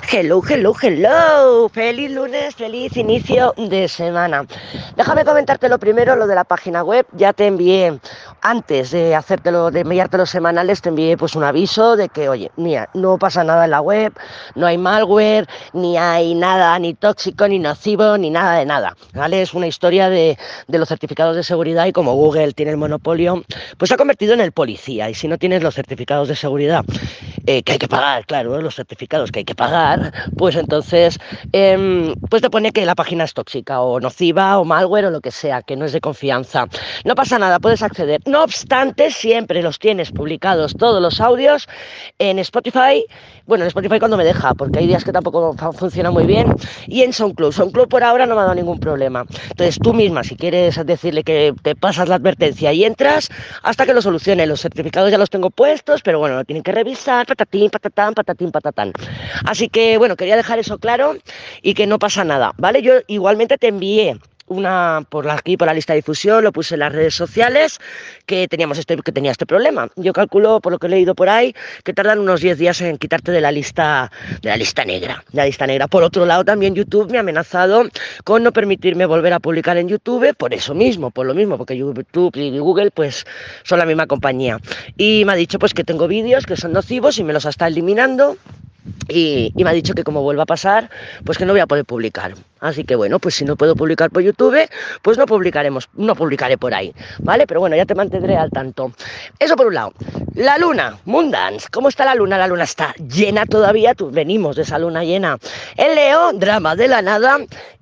Hello, hello, hello. Feliz lunes, feliz inicio de semana. Déjame comentarte lo primero, lo de la página web. Ya te envié, antes de hacértelo, de enviarte los semanales, te envié pues un aviso de que, oye, mira, no pasa nada en la web, no hay malware, ni hay nada, ni tóxico, ni nocivo, ni nada de nada. ¿Vale? Es una historia de los certificados de seguridad y como Google tiene el monopolio, pues se ha convertido en el policía. Y si no tienes los certificados de seguridad, que hay que pagar, claro, los certificados que hay que pagar, pues entonces pues te pone que la página es tóxica o nociva o malware o lo que sea, que no es de confianza. No pasa nada, puedes acceder. No obstante, siempre los tienes publicados todos los audios en Spotify. Bueno, en Spotify cuando me deja, porque hay días que tampoco funciona muy bien. Y en SoundCloud. SoundCloud por ahora no me ha dado ningún problema. Entonces tú misma, si quieres decirle que te pasas la advertencia y entras hasta que lo solucione. Los certificados ya los tengo puestos, pero bueno, lo tienen que revisar, patatín, patatán, patatín, patatán. Así que bueno, quería dejar eso claro y que no pasa nada, ¿vale? Yo igualmente te envié aquí por la lista de difusión, lo puse en las redes sociales, que tenía este problema. Yo calculo, por lo que he leído por ahí, que tardan unos 10 días en quitarte de la lista negra, de la lista negra. Por otro lado, también YouTube me ha amenazado con no permitirme volver a publicar en YouTube, por eso mismo, por lo mismo, porque YouTube y Google pues son la misma compañía. Y me ha dicho pues que tengo vídeos que son nocivos y me los está eliminando. Y me ha dicho que como vuelva a pasar, pues que no voy a poder publicar. Así que bueno, pues si no puedo publicar por YouTube, pues no publicaré por ahí, ¿vale? Pero bueno, ya te mantendré al tanto. Eso por un lado. La luna, Moondance, ¿cómo está la luna? La luna está llena todavía, venimos de esa luna llena. El Leo, drama de la nada.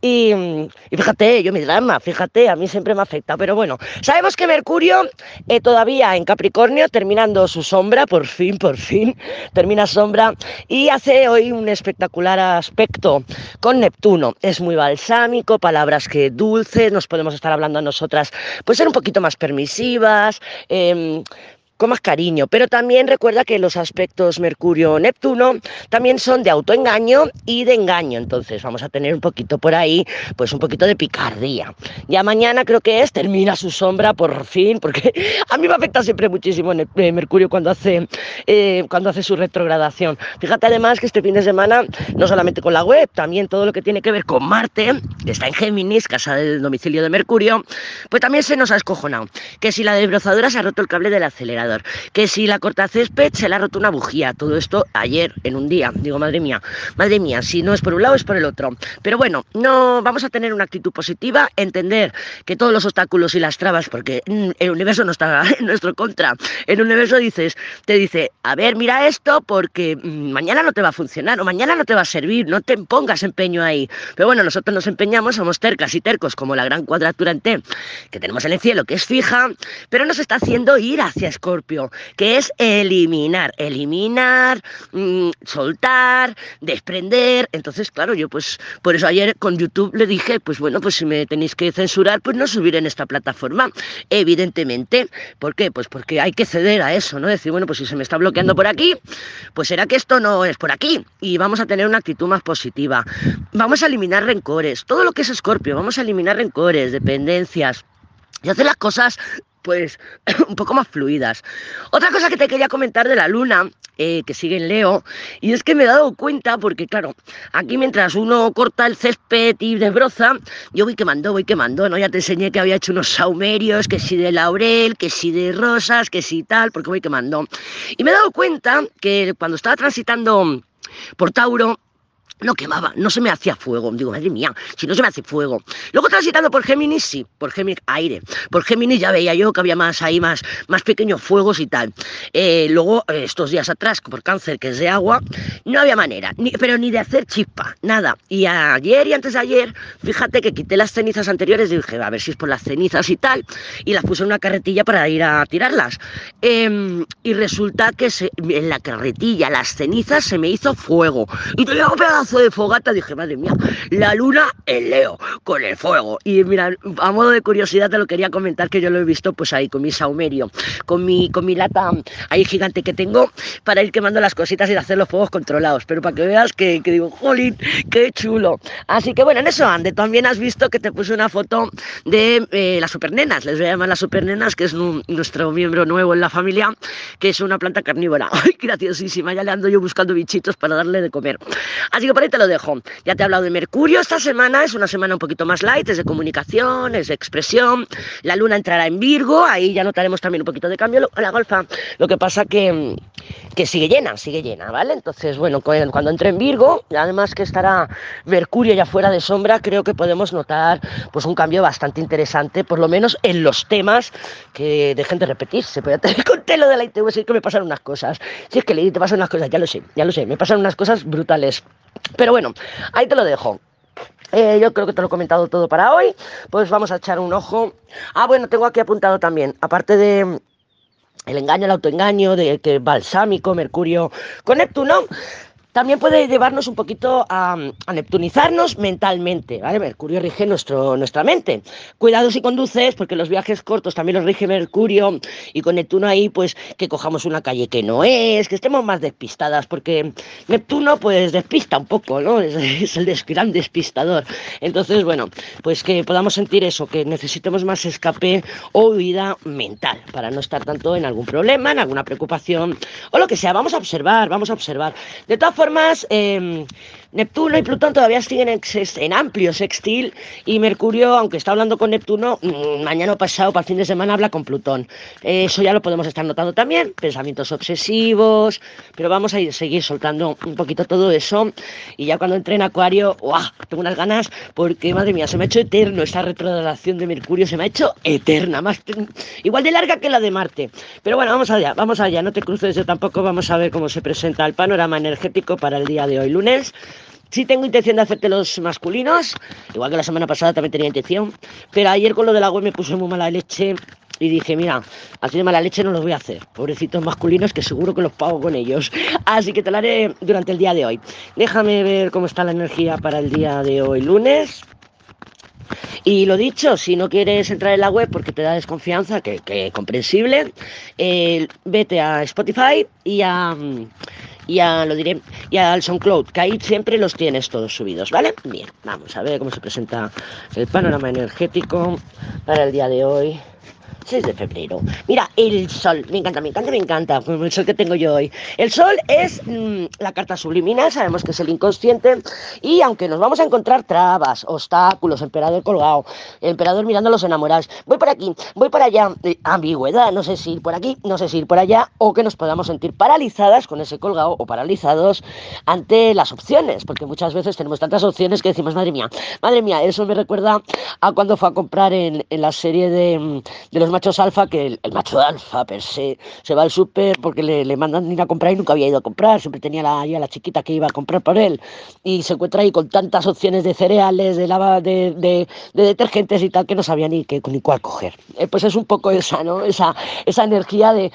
Y fíjate, yo mi drama, fíjate, a mí siempre me afecta, pero bueno, sabemos que Mercurio todavía en Capricornio, terminando su sombra, por fin, termina sombra, y hace hoy un espectacular aspecto con Neptuno. Es muy balsámico, palabras que dulces, nos podemos estar hablando a nosotras, pues ser un poquito más permisivas, con más cariño, pero también recuerda que los aspectos Mercurio-Neptuno también son de autoengaño y de engaño, entonces vamos a tener un poquito por ahí, pues un poquito de picardía. Ya mañana creo que termina su sombra por fin, porque a mí me afecta siempre muchísimo Mercurio cuando hace su retrogradación. Fíjate además que este fin de semana, no solamente con la web, también todo lo que tiene que ver con Marte, que está en Géminis, casa del domicilio de Mercurio, pues también se nos ha escojonado, que si la desbrozadora se ha roto el cable del acelerador, que si la cortacésped se le ha roto una bujía, todo esto ayer en un día. Digo, madre mía, si no es por un lado es por el otro. Pero bueno, no vamos a tener una actitud positiva, entender que todos los obstáculos y las trabas, porque el universo no está en nuestro contra, el universo te dice, a ver, mira esto porque mañana no te va a funcionar o mañana no te va a servir, no te pongas empeño ahí. Pero bueno, nosotros nos empeñamos, somos tercas y tercos como la gran cuadratura en T que tenemos en el cielo, que es fija, pero nos está haciendo ir hacia Escorpio, que es eliminar, soltar, desprender. Entonces, claro, yo pues por eso ayer con YouTube le dije, pues bueno, pues si me tenéis que censurar, pues no subiré en esta plataforma, evidentemente. ¿Por qué? Pues porque hay que ceder a eso, ¿no? Decir, bueno, pues si se me está bloqueando por aquí, pues será que esto no es por aquí y vamos a tener una actitud más positiva. Vamos a eliminar rencores, todo lo que es Escorpio, vamos a eliminar rencores, dependencias y hacer las cosas pues un poco más fluidas. Otra cosa que te quería comentar de la luna, que sigue en Leo, y es que me he dado cuenta, porque claro, aquí mientras uno corta el césped y desbroza, yo voy quemando, ¿no? Ya te enseñé que había hecho unos saumerios, que si de laurel, que si de rosas, que si tal, porque voy quemando. Y me he dado cuenta que cuando estaba transitando por Tauro, no quemaba, no se me hacía fuego. Digo, madre mía, si no se me hace fuego. Luego transitando por Géminis, sí, por Géminis aire. Por Géminis ya veía yo que había más pequeños fuegos y tal. Luego, estos días atrás, por Cáncer, que es de agua, no había manera, pero ni de hacer chispa, nada. Y ayer y antes de ayer, fíjate que quité las cenizas anteriores y dije, a ver si es por las cenizas y tal, y las puse en una carretilla para ir a tirarlas. Y resulta que en la carretilla, las cenizas, se me hizo fuego. Y tenía un pedazo trozo de fogata, dije, madre mía, la luna en Leo, con el fuego. Y mira, a modo de curiosidad te lo quería comentar, que yo lo he visto pues ahí con mi saumerio, con mi lata ahí gigante que tengo para ir quemando las cositas y hacer los fuegos controlados. Pero para que veas que digo, jolín, qué chulo. Así que bueno, en eso ande. También has visto que te puse una foto de las supernenas, les voy a llamar las supernenas, que es nuestro miembro nuevo en la familia, que es una planta carnívora. Ay, graciosísima, ya le ando yo buscando bichitos para darle de comer. Así que por ahí te lo dejo. Ya te he hablado de Mercurio, esta semana es una semana un poquito más light, es de comunicación, es de expresión. La luna entrará en Virgo, ahí ya notaremos también un poquito de cambio en la golfa. Lo que pasa que sigue llena, ¿vale? Entonces, bueno, cuando entre en Virgo, además que estará Mercurio ya fuera de sombra, creo que podemos notar pues un cambio bastante interesante, por lo menos en los temas que dejen de repetirse. Pero ya te conté lo de la ITV, sí que me pasan unas cosas. Si es que le te pasan unas cosas, ya lo sé, me pasan unas cosas brutales. Pero bueno, ahí te lo dejo. Yo creo que te lo he comentado todo para hoy. Pues vamos a echar un ojo. Ah, bueno, tengo aquí apuntado también, aparte de el engaño, el autoengaño, de que balsámico, Mercurio con Neptuno, también puede llevarnos un poquito a neptunizarnos mentalmente, ¿vale? Mercurio rige nuestra mente. Cuidado si conduces, porque los viajes cortos también los rige Mercurio, y con Neptuno ahí, pues, que cojamos una calle que no es, que estemos más despistadas, porque Neptuno, pues, despista un poco, ¿no? Es el gran despistador. Entonces, bueno, pues que podamos sentir eso, que necesitemos más escape o huida mental, para no estar tanto en algún problema, en alguna preocupación, o lo que sea. Vamos a observar. De todas formas, Neptuno y Plutón todavía siguen en amplio sextil, y Mercurio, aunque está hablando con Neptuno, mañana o pasado, para el fin de semana, habla con Plutón. Eso ya lo podemos estar notando también, pensamientos obsesivos, pero vamos a seguir soltando un poquito todo eso, y ya cuando entre en Acuario, ¡guau!, tengo unas ganas, porque madre mía, se me ha hecho eterno esta retrogradación de Mercurio, se me ha hecho eterna, igual de larga que la de Marte. Pero bueno, vamos allá, no te cruces yo tampoco, vamos a ver cómo se presenta el panorama energético para el día de hoy, lunes. Sí tengo intención de hacerte los masculinos, igual que la semana pasada también tenía intención, pero ayer con lo de la web me puse muy mala leche y dije, mira, así de mala leche no los voy a hacer, pobrecitos masculinos, que seguro que los pago con ellos. Así que te lo haré durante el día de hoy. Déjame ver cómo está la energía para el día de hoy, lunes. Y lo dicho, si no quieres entrar en la web porque te da desconfianza, que comprensible, vete a Spotify y al SoundCloud, que ahí siempre los tienes todos subidos, ¿vale? Bien, vamos a ver cómo se presenta el panorama energético para el día de hoy. 6 de febrero. Mira, el sol. Me encanta. Como el sol que tengo yo hoy. El sol es la carta subliminal. Sabemos que es el inconsciente. Y aunque nos vamos a encontrar trabas, obstáculos, emperador colgado, emperador mirando a los enamorados, voy por aquí, voy para allá, ambigüedad, no sé si ir por aquí, no sé si ir por allá, o que nos podamos sentir paralizadas con ese colgado o paralizados ante las opciones. Porque muchas veces tenemos tantas opciones que decimos, madre mía, eso me recuerda a cuando fue a comprar en la serie de los machos alfa, que el macho alfa per se va al súper porque le mandan ir a comprar y nunca había ido a comprar, siempre tenía la chiquita que iba a comprar por él, y se encuentra ahí con tantas opciones de cereales, de detergentes y tal, que no sabía ni cuál coger. Pues es un poco esa, ¿no? Esa energía de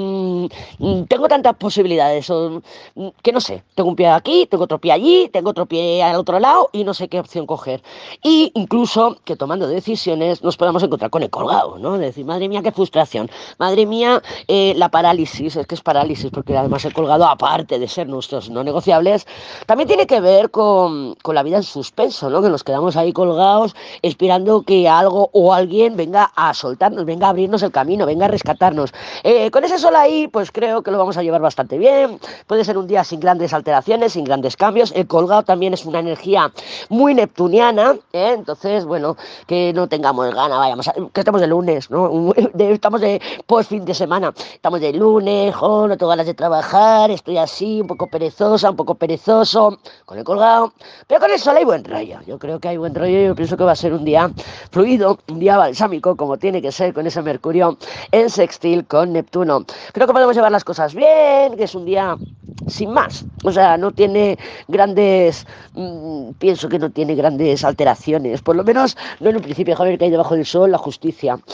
tengo tantas posibilidades, que no sé, tengo un pie aquí, tengo otro pie allí, tengo otro pie al otro lado y no sé qué opción coger. Y incluso que tomando decisiones nos podamos encontrar con el colgado, ¿no? De decir, madre mía, qué frustración, madre mía, la parálisis, es que es parálisis, porque además el colgado, aparte de ser nuestros no negociables, también tiene que ver con la vida en suspenso, ¿no? Que nos quedamos ahí colgados esperando que algo o alguien venga a soltarnos, venga a abrirnos el camino, venga a rescatarnos. Con ese sol ahí, pues creo que lo vamos a llevar bastante bien. Puede ser un día sin grandes alteraciones, sin grandes cambios. El colgado también es una energía muy neptuniana, ¿eh? Entonces, bueno, que no tengamos ganas, que estamos de lunes, ¿no? Estamos de post fin de semana, estamos de lunes, no tengo ganas de trabajar, estoy así, un poco perezosa, un poco perezoso, con el colgado, pero con el sol hay buen rollo. Yo creo que hay buen rollo, yo pienso que va a ser un día fluido, un día balsámico, como tiene que ser, con ese Mercurio en sextil con Neptuno. Creo que podemos llevar las cosas bien, que es un día sin más, o sea, no tiene grandes, pienso que no tiene grandes alteraciones, por lo menos no en un principio. Déjame ver que hay debajo del sol, la justicia. Bueno,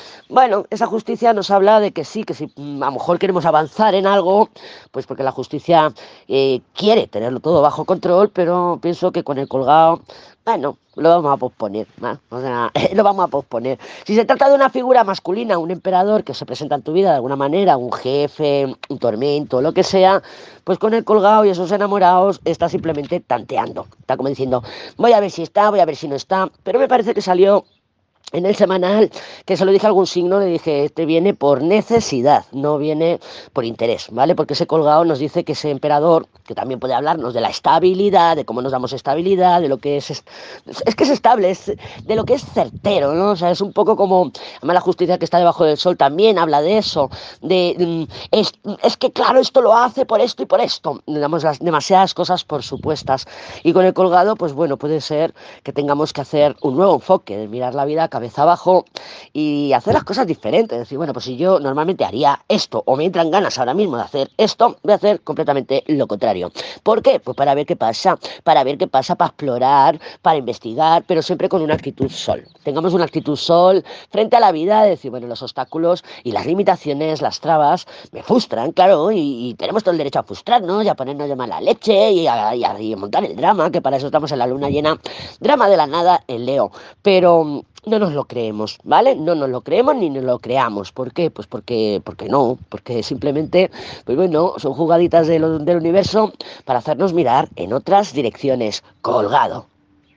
bueno, esa justicia nos habla de que sí, que si a lo mejor queremos avanzar en algo, pues porque la justicia quiere tenerlo todo bajo control, pero pienso que con el colgado, bueno, lo vamos a posponer, ¿no? O sea, lo vamos a posponer. Si se trata de una figura masculina, un emperador que se presenta en tu vida de alguna manera, un jefe, un tormento, lo que sea, pues con el colgado y esos enamorados está simplemente tanteando. Está como diciendo, voy a ver si está, voy a ver si no está, pero me parece que salió en el semanal, que se lo dije a algún signo, le dije, este viene por necesidad, no viene por interés, ¿vale? Porque ese colgado nos dice que ese emperador, que también puede hablarnos de la estabilidad, de cómo nos damos estabilidad, de lo que es que es estable, es de lo que es certero, ¿no? O sea, es un poco como, además la justicia que está debajo del sol también habla de eso, es que claro, esto lo hace por esto y por esto, le damos las demasiadas cosas por supuestas, y con el colgado, pues bueno, puede ser que tengamos que hacer un nuevo enfoque, de mirar la vida cabeza abajo y hacer las cosas diferentes. Es decir, bueno, pues si yo normalmente haría esto o me entran ganas ahora mismo de hacer esto, voy a hacer completamente lo contrario. ¿Por qué? Pues para ver qué pasa, para explorar, para investigar, pero siempre con una actitud sol. Tengamos una actitud sol frente a la vida, de decir, bueno, los obstáculos y las limitaciones, las trabas, me frustran, claro, y tenemos todo el derecho a frustrarnos y a ponernos de mala leche y a montar el drama, que para eso estamos en la luna llena. Drama de la nada en Leo, pero no nos lo creemos, ¿vale? No nos lo creemos ni nos lo creamos. ¿Por qué? Pues porque no, porque simplemente, pues bueno, son jugaditas del universo para hacernos mirar en otras direcciones. Colgado.